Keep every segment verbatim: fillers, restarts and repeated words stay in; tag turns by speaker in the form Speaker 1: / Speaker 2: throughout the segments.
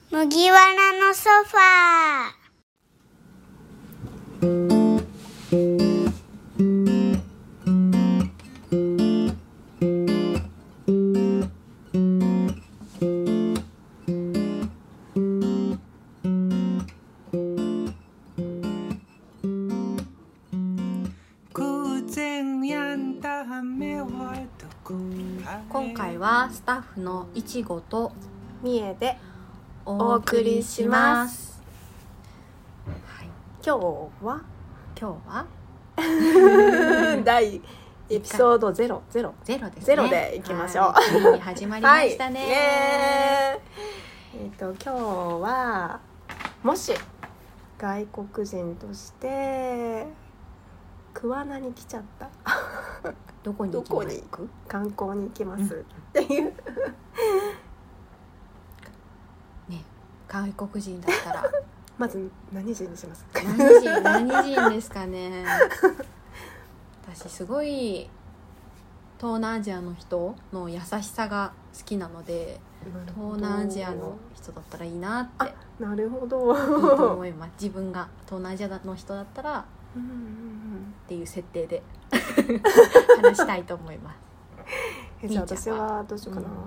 Speaker 1: 麦わらのソファー。
Speaker 2: 今回はスタッフのいちごと
Speaker 3: みえで
Speaker 2: お送りします。はい、
Speaker 3: 今日は
Speaker 2: 今日は
Speaker 3: 第エピソードゼロゼロ
Speaker 2: ゼロですね。
Speaker 3: ゼロでいきましょう。
Speaker 2: はい、ついに始まりましたね。
Speaker 3: はい、ねえっと今日はもし外国人として桑名に来ちゃった
Speaker 2: どこに行きます？
Speaker 3: 観光に行きます、うん、っていう
Speaker 2: ね、外国人だったら
Speaker 3: まず何人にしますか？
Speaker 2: 何人何人ですかね。私すごい東南アジアの人の優しさが好きなので、東南アジアの人だったらいいなって
Speaker 3: なるほど
Speaker 2: 思います。自分が東南アジアの人だったら
Speaker 3: うんうんうん
Speaker 2: っていう設定で話したいと思います。
Speaker 3: えじゃあ私はどうしようかな、うん、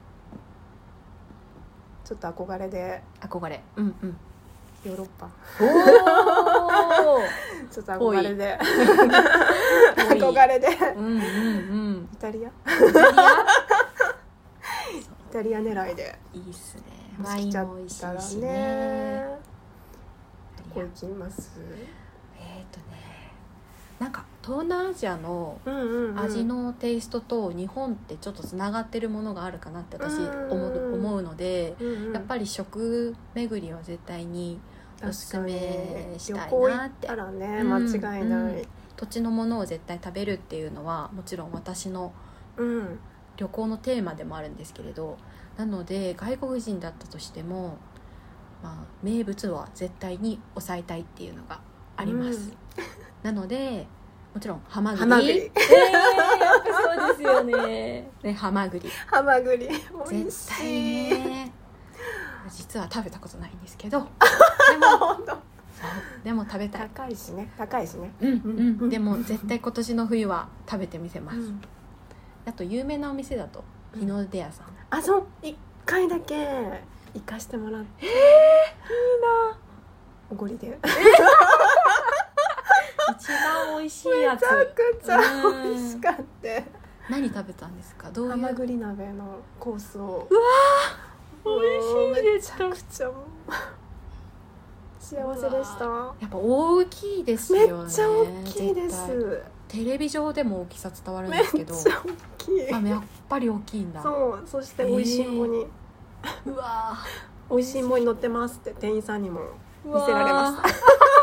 Speaker 3: ちょっと憧れで
Speaker 2: 憧れうんうん
Speaker 3: ヨーロッパ
Speaker 2: お
Speaker 3: ちょっと憧れで憧れで
Speaker 2: うんうんうん
Speaker 3: イタリアイ
Speaker 2: イタリア
Speaker 3: イタリア狙いで
Speaker 2: いいっすね。
Speaker 3: ワインも美味しいしね。どこ行きます？
Speaker 2: えっとねなんか東南アジアの味のテイストと日本ってちょっとつながってるものがあるかなって私思う、思うので、うんうん、やっぱり食巡りは絶対におすすめしたいなって。旅行行ったら
Speaker 3: ね、間違いない、
Speaker 2: うん、土地のものを絶対食べるっていうのはもちろん私の旅行のテーマでもあるんですけれど、なので外国人だったとしても、まあ、名物は絶対に抑えたいっていうのがあります、うん、なのでもちろんハマグリ、
Speaker 3: ハマグリ、え
Speaker 2: ー、やっぱそうですよね。ね、ハマグリ、
Speaker 3: ハマグリ美味しい
Speaker 2: 絶対ね。実は食べたことないんですけど、でもでも食べたい。
Speaker 3: 高いしね、高いしね。
Speaker 2: うんうんうん、でも絶対今年の冬は食べてみせます。うん、あと有名なお店だと日の出屋さん。
Speaker 3: あ、そう一回だけ行かしてもらって。
Speaker 2: えー、いいな。
Speaker 3: おごりで。
Speaker 2: 一番美味しいやつ。
Speaker 3: めちゃくちゃ美味しかった。
Speaker 2: 何食べたんですか？どういう？
Speaker 3: ハマグリ鍋のコースを。
Speaker 2: うわー、美味しいでした。
Speaker 3: めちゃくちゃ幸せでした。
Speaker 2: やっぱ大きいですよね。
Speaker 3: めっちゃ大きいです。
Speaker 2: テレビ上でも大きさ伝わるんですけど、
Speaker 3: めっちゃ大きい。
Speaker 2: あ、やっぱり大きいんだ。
Speaker 3: そう、そして美味しいもに、
Speaker 2: えー、うわ
Speaker 3: 美味しいもに乗ってますって店員さんにも見せられました。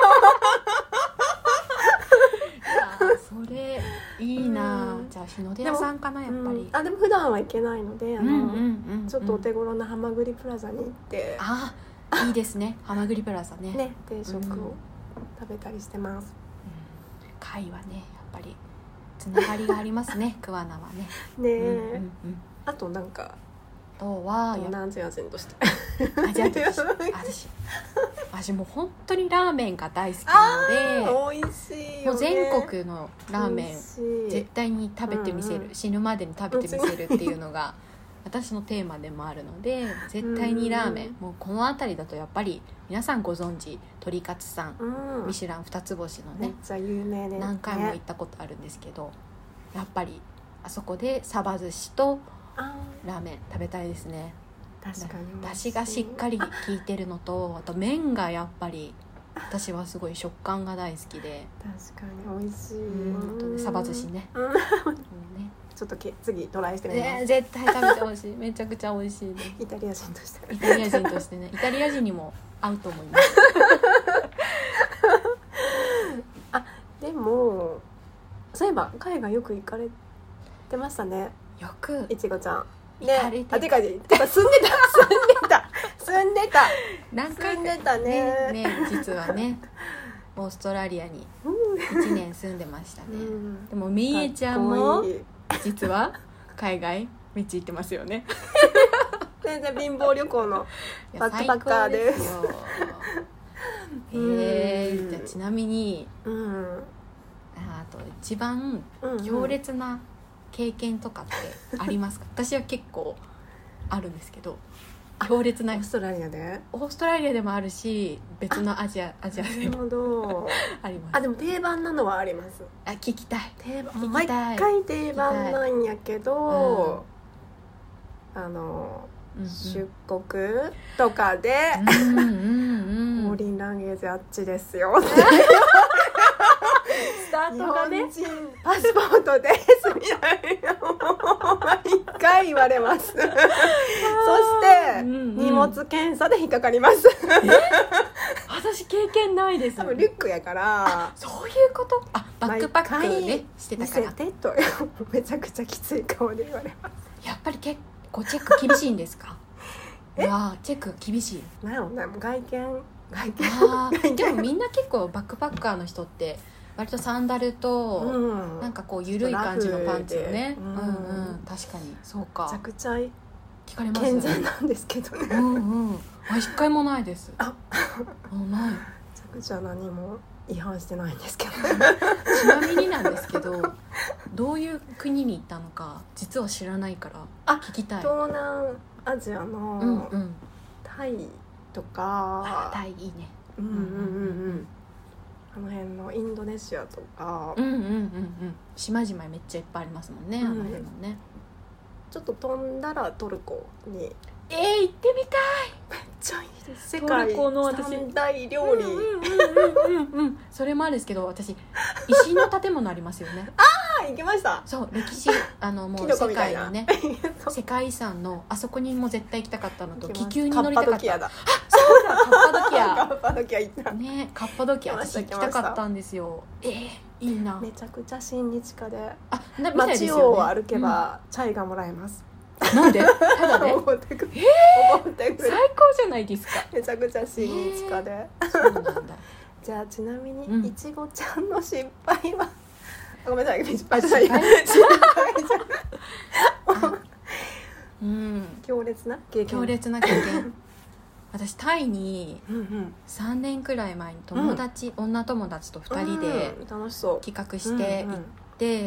Speaker 2: それいいな、うん、じゃあ日の出屋さんかなやっぱり、うん、
Speaker 3: あでも普段は行けないので、あの、
Speaker 2: うんうんうんうん、
Speaker 3: ちょっとお手頃なハマグリプラザに行って、
Speaker 2: あいいですね、ハマグリプラザね、
Speaker 3: ね、定食を食べたりしてます、
Speaker 2: うん、貝はねやっぱりつながりがありますね桑名はね。
Speaker 3: ねえ、
Speaker 2: うんうんうん、
Speaker 3: あとなんか
Speaker 2: あとは
Speaker 3: 東南アジア人として
Speaker 2: アジア人私私もう本当にラーメンが大好きなの
Speaker 3: で、美味しいよね、
Speaker 2: もう全国のラーメン絶対に食べてみせる、うんうん、死ぬまでに食べてみせるっていうのが私のテーマでもあるので、絶対にラーメン、うん、もうこの辺りだとやっぱり皆さんご存知鳥勝さん、うん、ミシュラン二つ星のね、
Speaker 3: めっちゃ有名ですね、
Speaker 2: 何回も行ったことあるんですけど、やっぱりあそこでサバ寿司とラーメン食べたいですね。
Speaker 3: 確かに
Speaker 2: だしがしっかり効いてるのと、あと麺がやっぱり私はすごい食感が大好きで、
Speaker 3: 確かに美味しい、
Speaker 2: うんとね、サバ寿司ね、うんね、
Speaker 3: ちょっとけ次トライしてみます、
Speaker 2: ね、絶対食べてほしい。めちゃくちゃ美味しいです。
Speaker 3: イタリア人として
Speaker 2: イタリア人としてね、イタリア人にも合うと思います
Speaker 3: あ、でもそういえば海外よく行かれてましたね。
Speaker 2: よく
Speaker 3: いちごちゃん
Speaker 2: ね、あて
Speaker 3: かてか住んでた住んでた住んでた
Speaker 2: 何回
Speaker 3: 住んでたね。
Speaker 2: ね、ね、実はねオーストラリアにいちねん住んでましたね、うん、でもみえちゃんも実は海外めっちゃ行ってますよね。
Speaker 3: ね全然貧乏旅行のバックパッカーです。
Speaker 2: よえー、じゃあちなみに、
Speaker 3: うん、
Speaker 2: あと一番強烈な経験とかってありますか？私は結構あるんですけど、強烈な
Speaker 3: オーストラリアで
Speaker 2: オーストラリアでもあるし、別のアジアアジアで
Speaker 3: なるほど
Speaker 2: あります。
Speaker 3: あ、でも定番なのはあります。
Speaker 2: あ、聞きたい。
Speaker 3: 定番、
Speaker 2: 聞きたい。
Speaker 3: 毎回定番なんやけど、うん、あの、うんうん、出国とかで、うんうんうん、フォーリンランゲージあっちですよって
Speaker 2: スタートがね、
Speaker 3: 日本人パスポートですみたいな毎回言われますそして、うんうん、荷物検査で引っかかります
Speaker 2: 私経験ないです。
Speaker 3: 多分リュックやから。
Speaker 2: そういうこと。あ、バックパックねしてたから。
Speaker 3: 見せてとめちゃくちゃきつい顔で言われます。
Speaker 2: やっぱり結構チェック厳しいんですか？え、わあ、チェック厳しい。
Speaker 3: なんやろね、もう外見外見
Speaker 2: あでもみんな結構バックパッカーの人って割とサンダルと、うん、なんかこう緩い感じのパンツよね、うんうん、確かにそうか。
Speaker 3: めちゃくちゃ
Speaker 2: 聞かれます、
Speaker 3: 健全なんですけどね。
Speaker 2: うんうん、あ、一回もないです。
Speaker 3: あ、
Speaker 2: ない。
Speaker 3: めちゃくちゃ何も違反してないんですけど
Speaker 2: ちなみになんですけど、どういう国に行ったのか実は知らないから聞きたい。
Speaker 3: 東南アジアの、うんうん、タイとか。
Speaker 2: あ、タイいいね。
Speaker 3: うんうんうんうん、あの辺のインドネシアとか、
Speaker 2: うんうんうんうん、島々めっちゃいっぱいありますもんね、うん、あの辺もね。
Speaker 3: ちょっと飛んだらトルコに、
Speaker 2: えー、行ってみたい。
Speaker 3: めっちゃいいです。世界三大料理、うんうん
Speaker 2: うんうん、それもあるんですけど、私石の建物ありますよね
Speaker 3: ああ、行きました。
Speaker 2: そう、歴史、あのもう世界のね世界遺産のあそこにも絶対行きたかったのと、気球に乗りたかった。
Speaker 3: カッパドキアだ。
Speaker 2: あ、そうだ、カッパドキア
Speaker 3: カッパドキア行った
Speaker 2: ね。カッパドキア私行きたかったんですよ。えー、いいな。
Speaker 3: めちゃくちゃ親日家で、
Speaker 2: あ、
Speaker 3: 街を歩けばチャイがもらえます。
Speaker 2: なんで？ただね。
Speaker 3: 思ってくる。
Speaker 2: えー、
Speaker 3: 思ってくる。
Speaker 2: 最高じゃないですか。
Speaker 3: めちゃくちゃ親日家で、
Speaker 2: えー、そうなんだ。
Speaker 3: じゃあちなみに、
Speaker 2: うん、
Speaker 3: いちごちゃんの失敗はごめんなさい、失敗じゃない。失敗じゃない。うん、強烈な経験。
Speaker 2: 強烈な経験。私タイにさんねんくらい前に友達、うん、女友達とふたりで企画して行って、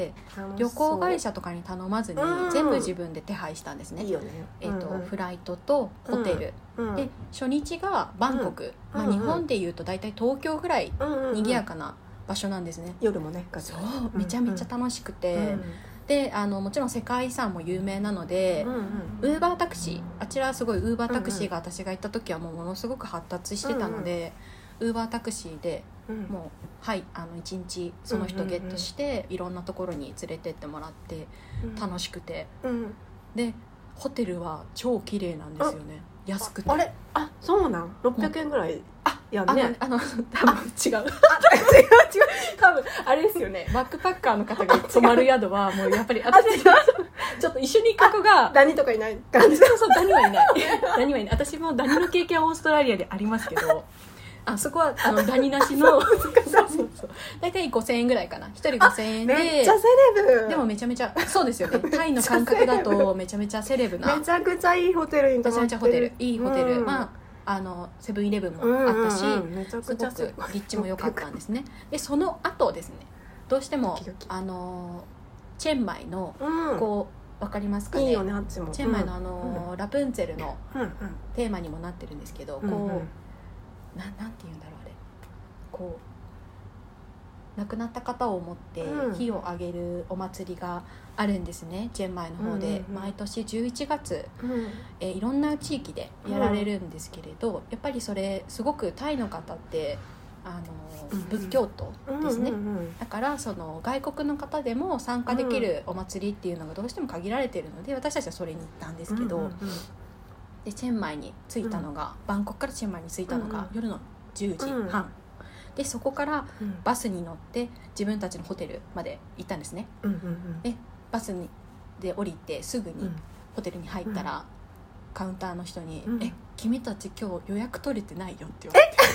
Speaker 2: うんうん、旅行会社とかに頼まずに全部自分で手配したんですね。
Speaker 3: いいよね。
Speaker 2: えーとうんうん、フライトとホテル、うんうん、で初日がバンコク、うんまあ、日本でいうと大体東京ぐらい賑やかな場所なんですね。
Speaker 3: 夜もね、
Speaker 2: そう、めちゃめちゃ楽しくて、うんうん、であのもちろん世界遺産も有名なので、ウーバータクシー、あちらはすごいウーバータクシーが私が行った時はもうものすごく発達してたので、ウーバータクシーでもう、はい、あのいちにちその人ゲットしていろんなところに連れてってもらって楽しくて、でホテルは超綺麗なんですよね。安くて。
Speaker 3: あれ、あ、そうなん。ろっぴゃくえんぐらい。あ、やね。
Speaker 2: あの、多分違う。あ、違う違う。多分あれですよね。バックパッカーの方が泊まる宿はもうやっぱり私ちょっと一緒に行く子が
Speaker 3: ダニとかいない感じ。
Speaker 2: そうそう、ダニはいない。ダニはいない。私もダニの経験はオーストラリアでありますけど、あそこはあのダニなしのそうそうそう、大体ごせんえんぐらいかな。ひとりごせんえんで。
Speaker 3: めっちゃセレブ。
Speaker 2: でもめちゃめちゃそうですよね。タイの感覚だとめちゃめちゃセレブな。
Speaker 3: めちゃくちゃいいホテルに泊まってる。
Speaker 2: めちゃめちゃホテル、いいホテル。うん、まああのセブンイレブンもあったし、うんうんうん、めちゃくちゃすごく立地も良かったんですね。でその後ですね、どうしてもあのチェンマイの、うん、こうわかりますかね。
Speaker 3: いいよね、あっちも。
Speaker 2: チェンマイのあの、うん、ラプンツェルのテーマにもなってるんですけど、うんうん、こう、うんうん、ななんて言うんだろうあれ、こう亡くなった方を思って火をあげるお祭りがあるんですね、チェンマイの方で、うんうんうん、毎年じゅういちがつ、うん、えいろんな地域でやられるんですけれど、うん、やっぱりそれすごくタイの方ってあの、うん、仏教徒ですね、うんうんうん、だからその外国の方でも参加できるお祭りっていうのがどうしても限られているので、私たちはそれに行ったんですけど、うんうんうん、でチェンマイに着いたのが、うん、バンコクからチェンマイに着いたのが夜のじゅうじはん、うん、でそこからバスに乗って自分たちのホテルまで行ったんですね、うんうんうん、でバスにで降りてすぐにホテルに入ったら、うん、カウンターの人に、うん、え君たち今日予約取れてないよって言われて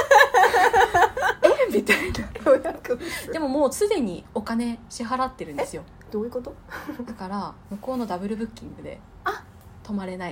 Speaker 2: ええみたいな。予約でももうすでにお金支払ってるんですよ。
Speaker 3: どういうこと？
Speaker 2: だから向こうのダブルブッキングで泊まれない、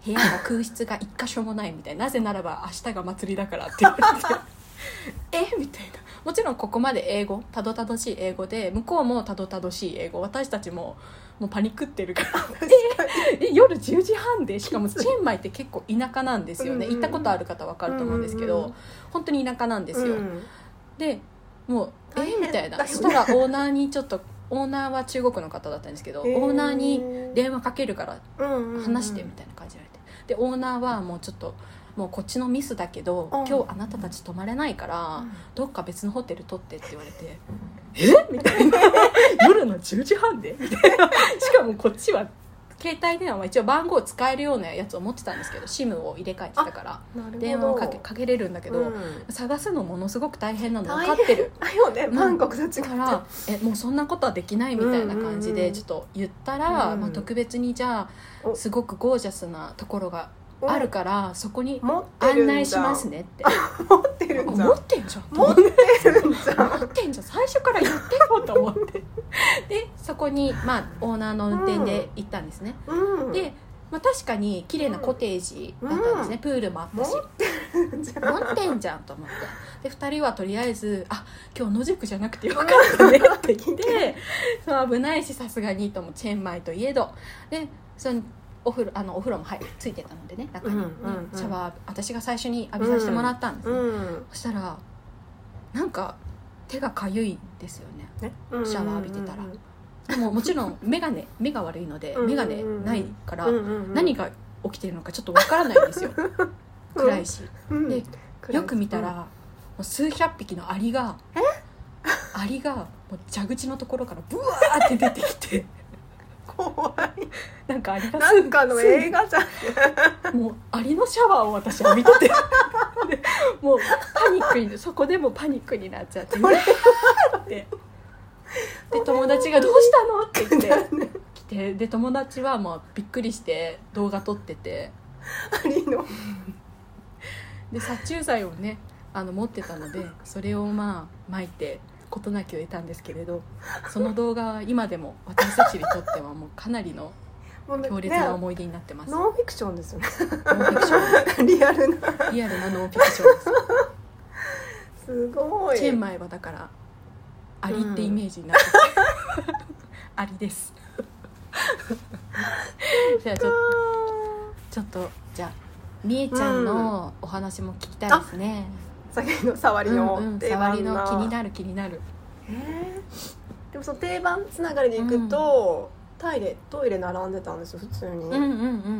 Speaker 2: 部屋が空室が一箇所もないみたいな、なぜならば明日が祭りだからって言われてえみたいな。もちろんここまで英語たどたどしい英語で、向こうもたどたどしい英語、私たちももうパニックってるからええ夜じゅうじはんで、しかもチェンマイって結構田舎なんですよね、行ったことある方分かると思うんですけど、うんうん、本当に田舎なんですよ、うん、でもうえみたいな、そしたらオーナーにちょっとオーナーは中国の方だったんですけど、オーナーに電話かけるから話してみたいな感じで言われて、でオーナーはもうちょっともうこっちのミスだけど、うん、今日あなたたち泊まれないから、うん、どっか別のホテル取ってって言われて、えみたいな夜のじゅうじはんでみたいな。しかもこっちは携帯電話は一応番号使えるようなやつを持ってたんですけど、 シム を入れ替えてたから電話をかけ、かけれるんだけど、うん、探すのものすごく大変なの分かってる
Speaker 3: だよね、バンコクと違って、
Speaker 2: だからえもうそんなことはできないみたいな感じでちょっと言ったら、うんまあ、特別にじゃあすごくゴージャスなところがあるからそこに案内しますねって
Speaker 3: 持ってるんじゃん
Speaker 2: 持ってんじゃん
Speaker 3: 持ってるんじゃん
Speaker 2: 持ってんじゃん最初から言ってよと思ってでそこに、まあ、オーナーの運転で行ったんですね、うん、で、まあ、確かに綺麗なコテージだったんですね、うん、プールもあったし
Speaker 3: 持ってんじゃん
Speaker 2: 持ってんじゃんと思って、でふたりはとりあえずあ今日野宿じゃなくてよかったねって言ってそう危ないしさすがにともチェンマイといえどでそのお風呂、あのお風呂も入ついてたのでね、中に、ねうんうんうん、シャワー私が最初に浴びさせてもらったんですね、うんうん、そしたらなんか手がかゆいんですよね、シャワー浴びてたら、うんうんうん、でももちろん眼鏡目が悪いので眼鏡ないから、うんうんうん、何が起きてるのかちょっとわからないんですよ暗いし、うん、でよく見たら、うん、もう数百匹のアリがアリがもう蛇口のところからブワーって出てきて
Speaker 3: 怖い、
Speaker 2: なんかアリが
Speaker 3: なんかの映画じゃ
Speaker 2: んもうアリのシャワーを私浴びててもうパニックにそこでもパニックになっちゃってで友達がどうしたのって言って来て、で友達はもうびっくりして動画撮ってて
Speaker 3: アリの
Speaker 2: で殺虫剤をねあの持ってたのでそれをまあ撒いて事なきを得たんですけれど、その動画は今でも私たちにとってはもうかなりの強烈な思い出になってます、
Speaker 3: ね、ノンフィクションですよね
Speaker 2: ノンフィクション
Speaker 3: リアルな
Speaker 2: リアルなノンフィクションです
Speaker 3: すごい。
Speaker 2: チェンマイはだからアリってイメージになってて、うん、アリですじゃあちょっとちょっとじゃあみえちゃんのお話も聞きたいですね、
Speaker 3: うん、先の触りの、
Speaker 2: うんうん、触りの気になる気になる。
Speaker 3: えー、でもその定番つながりでいくと、うん、トイレトイレ並んでたんですよ普通に、うんうんうんうん、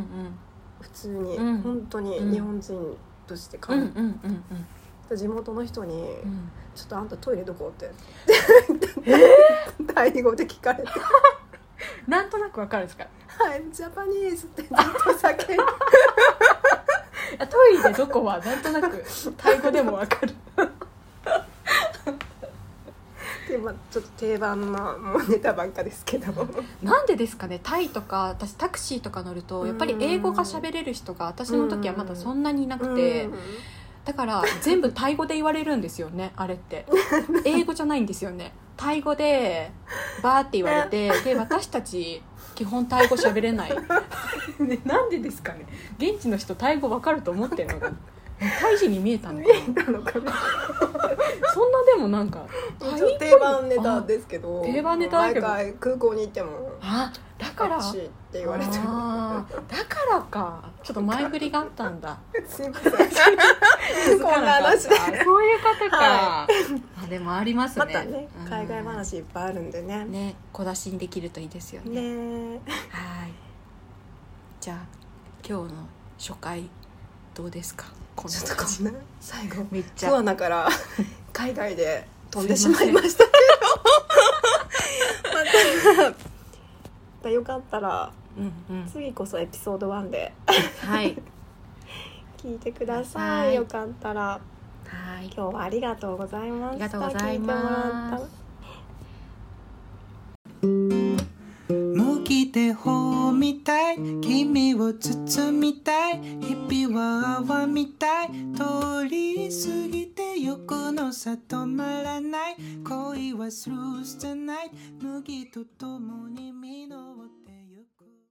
Speaker 3: 普通に、うん、本当に日本人として感じ、うんうんうんうん、地元の人に、うん、ちょっとあんたトイレどこってタイ語で聞かれて
Speaker 2: なんとなくわかるんですか？
Speaker 3: はい、ジャパニーズってずっと叫んで
Speaker 2: トイレどこはなんとなくタイ語でもわかる
Speaker 3: で、まあ、ちょっと定番なもうネタばっかですけど
Speaker 2: なんでですかね。タイとか私タクシーとか乗るとやっぱり英語が喋れる人が私の時はまだそんなにいなくて、だから全部タイ語で言われるんですよねあれって英語じゃないんですよね。タイ語でバーって言われて、で私たち基本タイ語喋れないね、なんでですかね。現地の人タイ語分かると思ってるのがタイ人に見えたのかな。
Speaker 3: 見えたのかな
Speaker 2: そんなでもなんか
Speaker 3: 定番ネタですけど、
Speaker 2: 定番ネタだけど
Speaker 3: 毎回空港に行っても
Speaker 2: あだから
Speaker 3: タクシーって言われてる。
Speaker 2: あだからかちょっと前振りがあったんだ
Speaker 3: すいませんこんな話で
Speaker 2: そういう方か、はい、あでもありますね。
Speaker 3: またね海外話いっぱいあるんでね、
Speaker 2: ね小出しにできるといいですよね。
Speaker 3: ね
Speaker 2: はいじゃあ今日の初回どうですか。
Speaker 3: こちょっとこんな最後
Speaker 2: めっちゃ
Speaker 3: 桑名から海外で飛んでしまいましたけどまたよかったら、うんうん、次こそエピソードワンで
Speaker 2: はい
Speaker 3: 聞いてください、はい、よかったら。
Speaker 2: はい、
Speaker 3: 今日はありがとうございました。
Speaker 2: ありがとうございます。
Speaker 4: 向き手法みたい君を包みたい日々は泡みたい通り過ぎて欲の差止まらない恋はスルーしてない麦とともに実を